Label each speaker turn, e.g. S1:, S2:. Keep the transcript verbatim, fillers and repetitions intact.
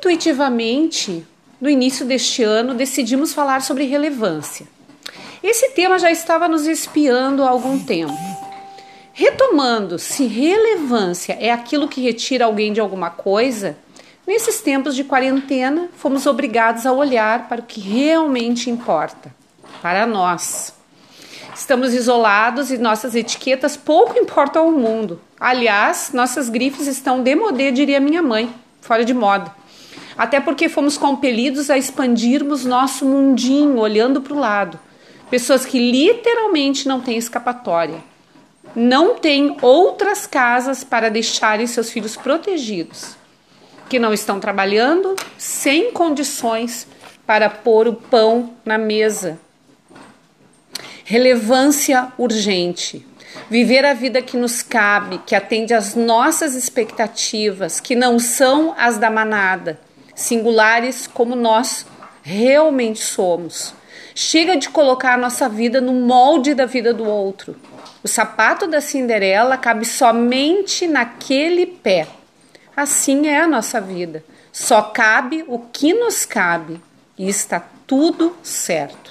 S1: intuitivamente, no início deste ano, decidimos falar sobre relevância. Esse tema já estava nos espiando há algum tempo. Retomando, se relevância é aquilo que retira alguém de alguma coisa, nesses tempos de quarentena, fomos obrigados a olhar para o que realmente importa, para nós. Estamos isolados e nossas etiquetas pouco importam ao mundo. Aliás, nossas grifes estão démodé, diria minha mãe, fora de moda. Até porque fomos compelidos a expandirmos nosso mundinho, olhando para o lado. Pessoas que literalmente não têm escapatória. Não têm outras casas para deixarem seus filhos protegidos. Que não estão trabalhando sem condições para pôr o pão na mesa. Relevância urgente. Viver a vida que nos cabe, que atende às nossas expectativas, que não são as da manada, singulares como nós realmente somos. Chega de colocar a nossa vida no molde da vida do outro. O sapato da Cinderela cabe somente naquele pé. Assim é a nossa vida. Só cabe o que nos cabe. E está tudo certo.